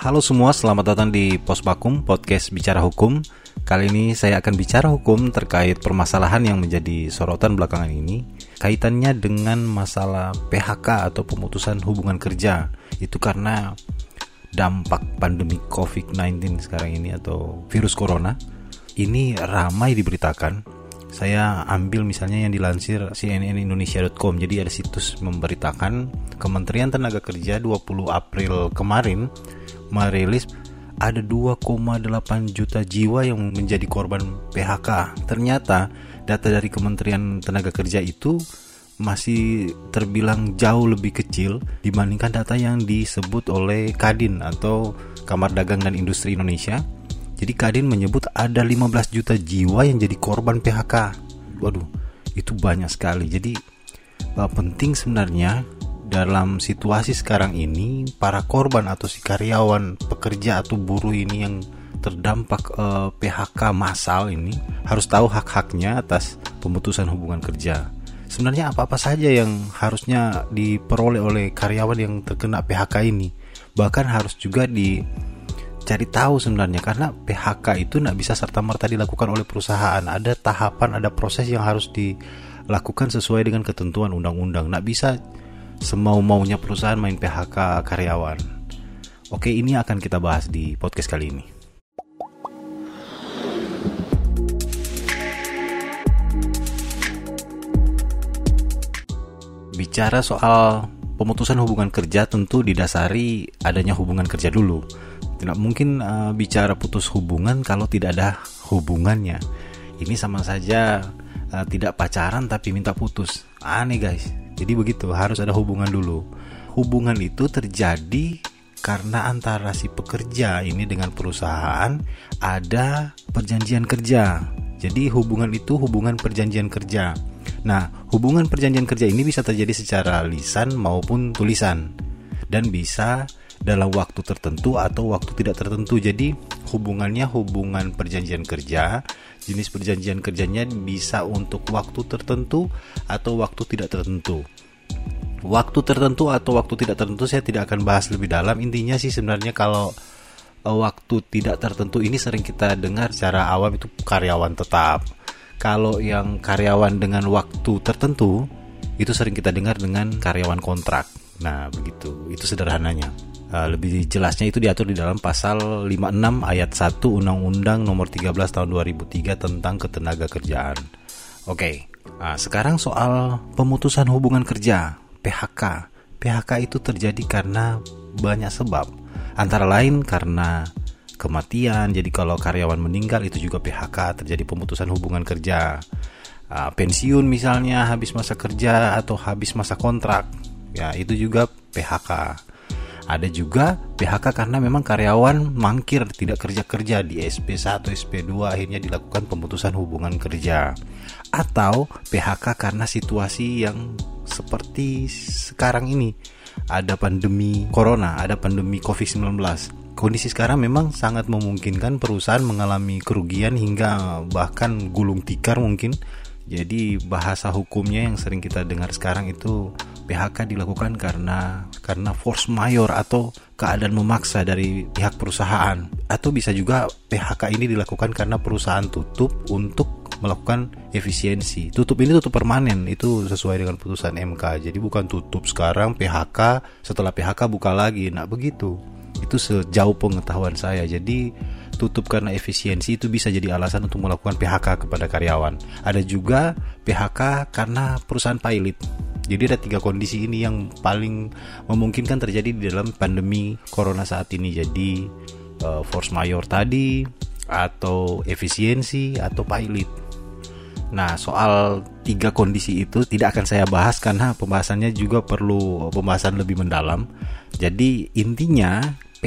Halo semua, selamat datang di Pos Bakum, podcast bicara hukum. Kali ini saya akan bicara hukum terkait permasalahan yang menjadi sorotan belakangan ini. Kaitannya dengan masalah PHK atau pemutusan hubungan kerja. Itu karena dampak pandemi COVID-19 sekarang ini atau virus corona. Ini ramai diberitakan. Saya ambil misalnya yang dilansir cnnindonesia.com. Jadi ada situs memberitakan Kementerian Tenaga Kerja 20 April kemarin merilis ada 2,8 juta jiwa yang menjadi korban PHK. Ternyata data dari Kementerian Tenaga Kerja itu masih terbilang jauh lebih kecil dibandingkan data yang disebut oleh Kadin atau Kamar Dagang dan Industri Indonesia. Jadi Kadin menyebut ada 15 juta jiwa yang jadi korban PHK. Waduh, itu banyak sekali. Jadi penting sebenarnya dalam situasi sekarang ini para korban atau si karyawan, pekerja atau buruh ini yang terdampak PHK massal ini harus tahu hak-haknya atas pemutusan hubungan kerja. Sebenarnya apa-apa saja yang harusnya diperoleh oleh karyawan yang terkena PHK ini. Bahkan harus juga cari tahu sebenarnya, karena PHK itu tidak bisa serta-merta dilakukan oleh perusahaan. Ada tahapan, ada proses yang harus dilakukan sesuai dengan ketentuan undang-undang. Tidak bisa semau-maunya perusahaan main PHK karyawan. Oke, ini akan kita bahas di podcast kali ini. Bicara soal pemutusan hubungan kerja tentu didasari adanya hubungan kerja dulu. Tidak mungkin bicara putus hubungan kalau tidak ada hubungannya. Ini sama saja tidak pacaran tapi minta putus. Aneh guys. Jadi begitu, harus ada hubungan dulu. Hubungan itu terjadi karena antara si pekerja ini dengan perusahaan ada perjanjian kerja. Jadi hubungan itu hubungan perjanjian kerja. Nah, hubungan perjanjian kerja ini bisa terjadi secara lisan maupun tulisan. Dan bisa dalam waktu tertentu atau waktu tidak tertentu. Jadi hubungannya hubungan perjanjian kerja. Jenis perjanjian kerjanya bisa untuk waktu tertentu atau waktu tidak tertentu. Waktu tertentu atau waktu tidak tertentu saya tidak akan bahas lebih dalam. Intinya sih sebenarnya kalau waktu tidak tertentu ini sering kita dengar secara awam itu karyawan tetap. Kalau yang karyawan dengan waktu tertentu itu sering kita dengar dengan karyawan kontrak. Nah begitu, itu sederhananya. Lebih jelasnya itu diatur di dalam pasal 56 ayat 1 Undang-Undang nomor 13 tahun 2003 tentang ketenaga kerjaan. Oke, sekarang soal pemutusan hubungan kerja, PHK. PHK itu terjadi karena banyak sebab. Antara lain karena kematian, jadi kalau karyawan meninggal itu juga PHK, terjadi pemutusan hubungan kerja. Pensiun misalnya, habis masa kerja atau habis masa kontrak, ya itu juga PHK. Ada juga PHK karena memang karyawan mangkir, tidak kerja-kerja di SP1, SP2, akhirnya dilakukan pemutusan hubungan kerja. Atau PHK karena situasi yang seperti sekarang ini. Ada pandemi corona, ada pandemi COVID-19. Kondisi sekarang memang sangat memungkinkan perusahaan mengalami kerugian hingga bahkan gulung tikar mungkin. Jadi bahasa hukumnya yang sering kita dengar sekarang itu PHK dilakukan karena force majeure atau keadaan memaksa dari pihak perusahaan. Atau bisa juga PHK ini dilakukan karena perusahaan tutup untuk melakukan efisiensi. Tutup ini tutup permanen, itu sesuai dengan putusan MK. Jadi bukan tutup sekarang PHK, setelah PHK buka lagi. Nah begitu. Itu sejauh pengetahuan saya. Jadi tutup karena efisiensi itu bisa jadi alasan untuk melakukan PHK kepada karyawan. Ada juga PHK karena perusahaan pilot. Jadi ada 3 kondisi ini yang paling memungkinkan terjadi di dalam pandemi corona saat ini. Jadi force majeure tadi, atau efisiensi, atau pilot. Nah, soal 3 kondisi itu tidak akan saya bahas karena pembahasannya juga perlu pembahasan lebih mendalam. Jadi intinya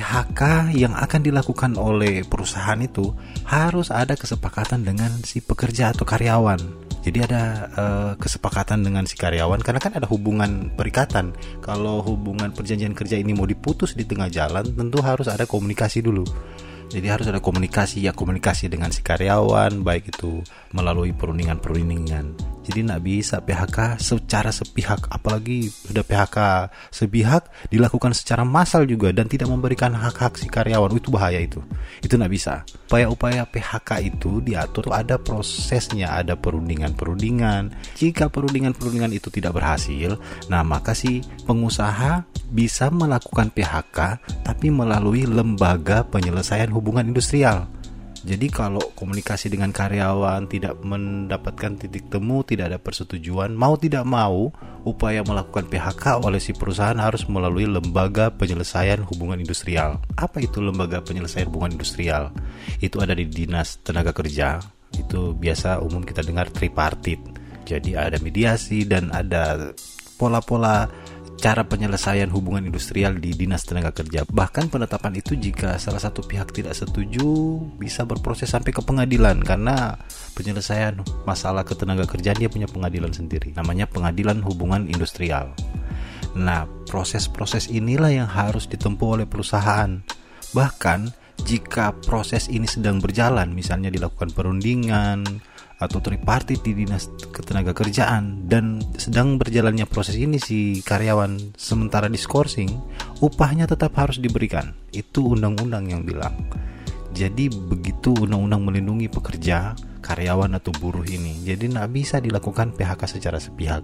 PHK yang akan dilakukan oleh perusahaan itu harus ada kesepakatan dengan si pekerja atau karyawan. Jadi ada kesepakatan dengan si karyawan karena kan ada hubungan perikatan. Kalau hubungan perjanjian kerja ini mau diputus di tengah jalan, tentu harus ada komunikasi dulu. Jadi harus ada komunikasi dengan si karyawan, baik itu melalui perundingan-perundingan. Jadi nggak bisa PHK secara sepihak, apalagi sudah PHK sepihak dilakukan secara massal juga dan tidak memberikan hak-hak si karyawan. Itu bahaya itu nggak bisa. Upaya-upaya PHK itu diatur, ada prosesnya, ada perundingan. Jika perundingan itu tidak berhasil, nah maka si pengusaha bisa melakukan PHK tapi melalui lembaga penyelesaian hubungan industrial. Jadi kalau komunikasi dengan karyawan tidak mendapatkan titik temu, tidak ada persetujuan, mau tidak mau upaya melakukan PHK oleh si perusahaan harus melalui lembaga penyelesaian hubungan industrial. Apa itu lembaga penyelesaian hubungan industrial? Itu ada di Dinas Tenaga Kerja. Itu biasa umum kita dengar tripartit. Jadi ada mediasi dan ada pola-pola cara penyelesaian hubungan industrial di Dinas Tenaga Kerja. Bahkan penetapan itu jika salah satu pihak tidak setuju bisa berproses sampai ke pengadilan, karena penyelesaian masalah ketenaga kerjaan dia punya pengadilan sendiri, namanya Pengadilan Hubungan Industrial. Nah, proses-proses inilah yang harus ditempuh oleh perusahaan. Bahkan jika proses ini sedang berjalan, misalnya dilakukan perundingan atau tripartit di Dinas Ketenagakerjaan dan sedang berjalannya proses ini si karyawan sementara diskorsing, upahnya tetap harus diberikan. Itu undang-undang yang bilang. Jadi begitu undang-undang melindungi pekerja, karyawan atau buruh ini. Jadi tidak bisa dilakukan PHK secara sepihak.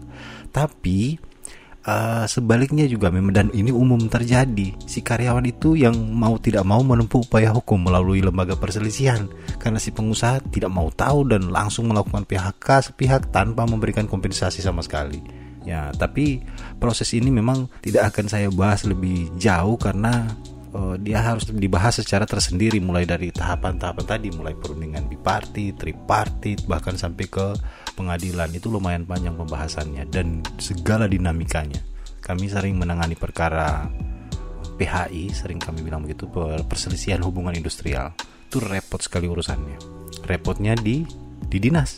Tapi sebaliknya juga memang, dan ini umum terjadi, si karyawan itu yang mau tidak mau menempuh upaya hukum melalui lembaga perselisihan karena si pengusaha tidak mau tahu dan langsung melakukan PHK sepihak tanpa memberikan kompensasi sama sekali. Ya, tapi proses ini memang tidak akan saya bahas lebih jauh karena dia harus dibahas secara tersendiri, mulai dari tahapan-tahapan tadi, mulai perundingan bipartit, tripartit, bahkan sampai ke pengadilan. Itu lumayan panjang pembahasannya dan segala dinamikanya. Kami sering menangani perkara PHI, sering kami bilang begitu, perselisihan hubungan industrial. Itu repot sekali urusannya. Repotnya di dinas.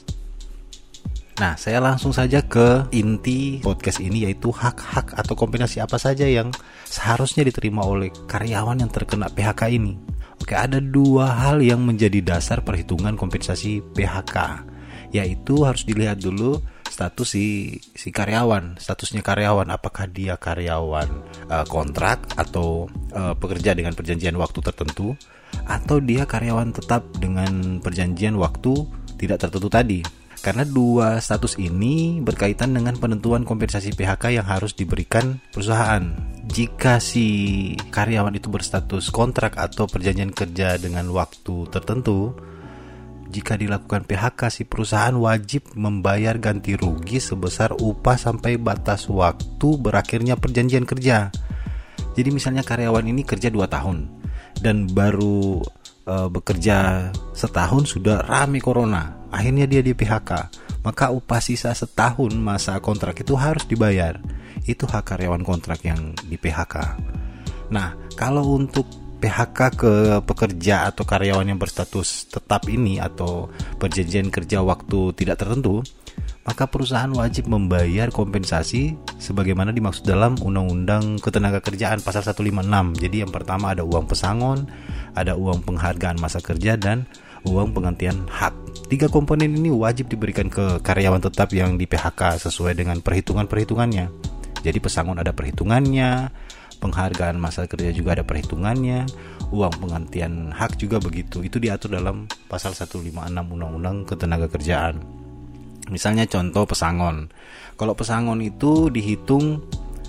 Nah, saya langsung saja ke inti podcast ini, yaitu hak-hak atau kompensasi apa saja yang seharusnya diterima oleh karyawan yang terkena PHK ini. Oke, ada dua hal yang menjadi dasar perhitungan kompensasi PHK, yaitu harus dilihat dulu status si karyawan, statusnya karyawan, apakah dia karyawan kontrak atau pekerja dengan perjanjian waktu tertentu, atau dia karyawan tetap dengan perjanjian waktu tidak tertentu tadi. Karena dua status ini berkaitan dengan penentuan kompensasi PHK yang harus diberikan perusahaan. Jika si karyawan itu berstatus kontrak atau perjanjian kerja dengan waktu tertentu, jika dilakukan PHK, si perusahaan wajib membayar ganti rugi sebesar upah sampai batas waktu berakhirnya perjanjian kerja. Jadi misalnya karyawan ini kerja 2 tahun dan baru bekerja setahun sudah rame corona, akhirnya dia di PHK, maka upah sisa setahun masa kontrak itu harus dibayar. Itu hak karyawan kontrak yang di PHK. Nah, kalau untuk PHK ke pekerja atau karyawan yang berstatus tetap ini atau perjanjian kerja waktu tidak tertentu, maka perusahaan wajib membayar kompensasi sebagaimana dimaksud dalam Undang-Undang Ketenagakerjaan pasal 156. Jadi yang pertama ada uang pesangon, ada uang penghargaan masa kerja, dan uang penggantian hak. 3 komponen ini wajib diberikan ke karyawan tetap yang di PHK sesuai dengan perhitungan-perhitungannya. Jadi pesangon ada perhitungannya, penghargaan masa kerja juga ada perhitungannya, uang penggantian hak juga begitu. Itu diatur dalam pasal 156 Undang-Undang Ketenagakerjaan. Misalnya contoh pesangon. Kalau pesangon itu dihitung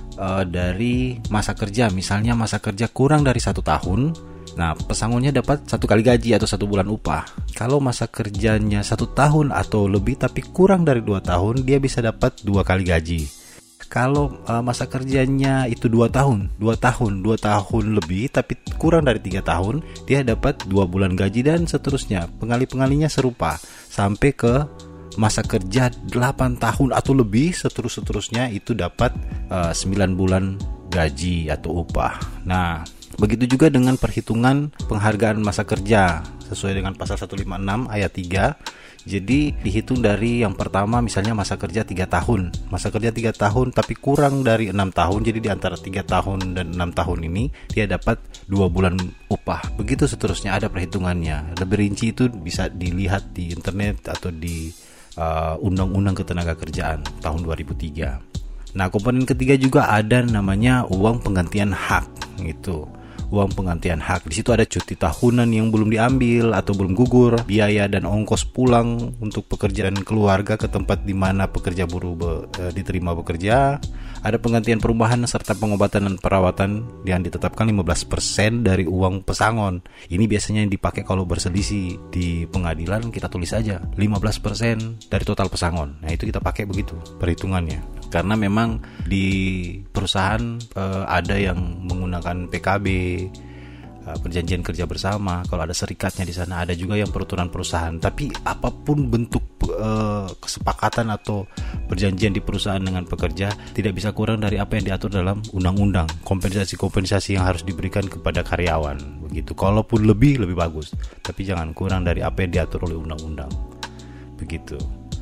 dari masa kerja. Misalnya masa kerja kurang dari 1 tahun, nah pesangonnya dapat 1 kali gaji atau 1 bulan upah. Kalau masa kerjanya 1 tahun atau lebih tapi kurang dari 2 tahun, dia bisa dapat 2 kali gaji. Kalau masa kerjanya itu 2 tahun lebih tapi kurang dari 3 tahun, dia dapat 2 bulan gaji dan seterusnya. Pengali-pengalinya serupa sampai ke masa kerja 8 tahun atau lebih, seterusnya itu dapat 9 bulan gaji atau upah. Nah, begitu juga dengan perhitungan penghargaan masa kerja sesuai dengan pasal 156 ayat 3. Jadi dihitung dari yang pertama, misalnya masa kerja 3 tahun. Masa kerja 3 tahun tapi kurang dari 6 tahun. Jadi di antara 3 tahun dan 6 tahun ini dia dapat 2 bulan upah. Begitu seterusnya, ada perhitungannya. Lebih rinci itu bisa dilihat di internet atau di Undang-Undang Ketenagakerjaan tahun 2003. Nah, komponen ketiga juga ada namanya uang penggantian hak gitu. Uang penggantian hak. Di situ ada cuti tahunan yang belum diambil atau belum gugur, biaya dan ongkos pulang untuk pekerja dan keluarga ke tempat di mana pekerja buruh diterima bekerja. Ada penggantian perumahan serta pengobatan dan perawatan yang ditetapkan 15% dari uang pesangon. Ini biasanya yang dipakai kalau berselisih di pengadilan, kita tulis aja 15% dari total pesangon. Nah, itu kita pakai begitu perhitungannya. Karena memang di perusahaan ada yang menggunakan PKB, perjanjian kerja bersama. Kalau ada serikatnya di sana, ada juga yang peraturan perusahaan. Tapi apapun bentuk kesepakatan atau perjanjian di perusahaan dengan pekerja tidak bisa kurang dari apa yang diatur dalam undang-undang. Kompensasi yang harus diberikan kepada karyawan begitu. Kalaupun lebih bagus, tapi jangan kurang dari apa yang diatur oleh undang-undang. Begitu.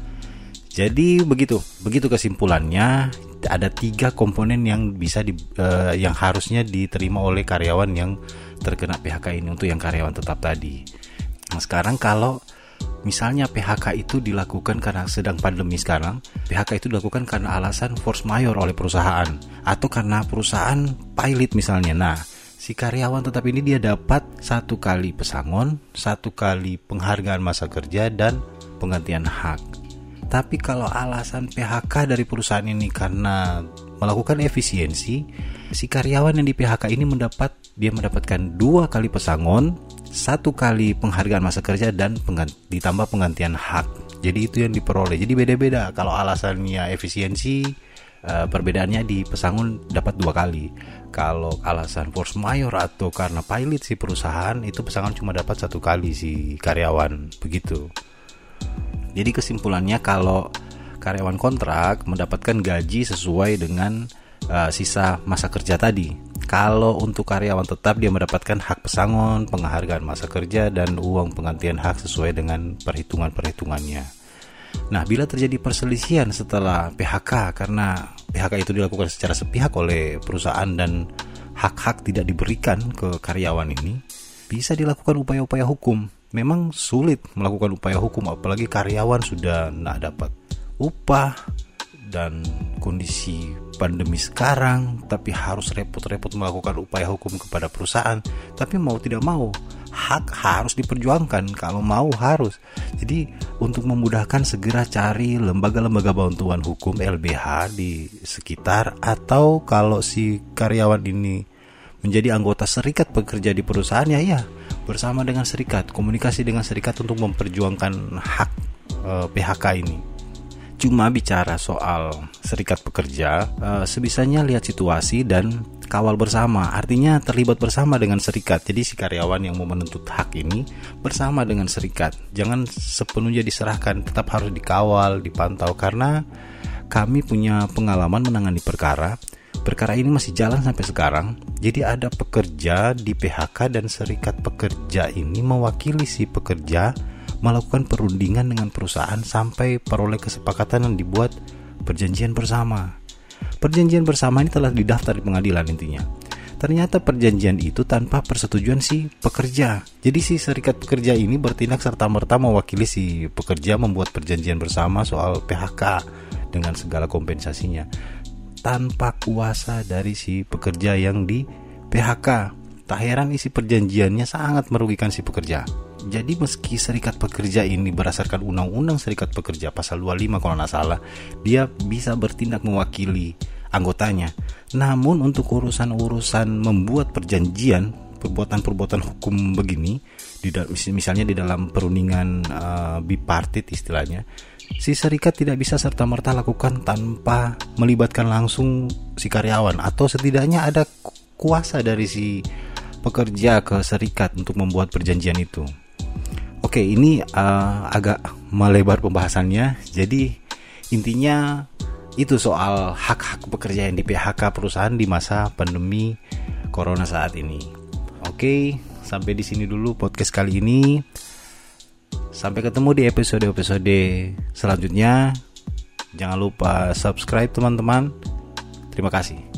Jadi begitu kesimpulannya. Ada 3 komponen yang yang harusnya diterima oleh karyawan yang terkena PHK ini untuk yang karyawan tetap tadi. Nah, sekarang kalau misalnya PHK itu dilakukan karena sedang pandemi sekarang, PHK itu dilakukan karena alasan force majeure oleh perusahaan atau karena perusahaan pilot misalnya. Nah, si karyawan tetap ini dia dapat 1 kali pesangon, 1 kali penghargaan masa kerja dan penggantian hak. Tapi kalau alasan PHK dari perusahaan ini karena melakukan efisiensi, si karyawan yang di PHK ini mendapatkan 2 kali pesangon, 1 kali penghargaan masa kerja dan ditambah penggantian hak. Jadi itu yang diperoleh. Jadi beda-beda. Kalau alasannya efisiensi, perbedaannya di pesangon dapat 2 kali. Kalau alasan force majeure atau karena pilot si perusahaan, itu pesangon cuma dapat 1 kali si karyawan. Begitu. Jadi kesimpulannya, kalau karyawan kontrak mendapatkan gaji sesuai dengan sisa masa kerja tadi. Kalau untuk karyawan tetap, dia mendapatkan hak pesangon, penghargaan masa kerja, dan uang penggantian hak sesuai dengan perhitungannya. Nah, bila terjadi perselisihan setelah PHK karena PHK itu dilakukan secara sepihak oleh perusahaan dan hak-hak tidak diberikan ke karyawan ini, bisa dilakukan upaya-upaya hukum. Memang sulit melakukan upaya hukum, apalagi karyawan sudah tidak dapat upah dan kondisi pandemi sekarang, tapi harus repot-repot melakukan upaya hukum kepada perusahaan. Tapi mau tidak mau, hak harus diperjuangkan. Kalau mau harus. Jadi untuk memudahkan, segera cari lembaga-lembaga bantuan hukum LBH di sekitar, atau kalau si karyawan ini menjadi anggota serikat pekerja di perusahaan, ya bersama dengan serikat, komunikasi dengan serikat untuk memperjuangkan hak PHK ini. Cuma bicara soal serikat pekerja, sebisanya lihat situasi dan kawal bersama. Artinya terlibat bersama dengan serikat. Jadi si karyawan yang mau menuntut hak ini bersama dengan serikat. Jangan sepenuhnya diserahkan, tetap harus dikawal, dipantau. Karena kami punya pengalaman menangani perkara ini masih jalan sampai sekarang. Jadi ada pekerja di PHK dan serikat pekerja ini mewakili si pekerja melakukan perundingan dengan perusahaan sampai peroleh kesepakatan yang dibuat perjanjian bersama. Perjanjian bersama ini telah didaftar di pengadilan intinya. Ternyata perjanjian itu tanpa persetujuan si pekerja. Jadi si serikat pekerja ini bertindak serta-merta mewakili si pekerja membuat perjanjian bersama soal PHK dengan segala kompensasinya, tanpa kuasa dari si pekerja yang di PHK. Tak heran isi perjanjiannya sangat merugikan si pekerja. Jadi meski serikat pekerja ini berdasarkan Undang-Undang Serikat Pekerja pasal 25 kalau tidak salah, dia bisa bertindak mewakili anggotanya. Namun untuk urusan-urusan membuat perjanjian, perbuatan-perbuatan hukum begini, misalnya di dalam perundingan bipartit istilahnya, si serikat tidak bisa serta-merta lakukan tanpa melibatkan langsung si karyawan, atau setidaknya ada kuasa dari si pekerja ke serikat untuk membuat perjanjian itu. Oke, ini agak melebar pembahasannya. Jadi intinya itu soal hak-hak pekerja yang di PHK perusahaan di masa pandemi corona saat ini. Oke, sampai di sini dulu podcast kali ini. Sampai ketemu di episode-episode selanjutnya. Jangan lupa subscribe teman-teman. Terima kasih.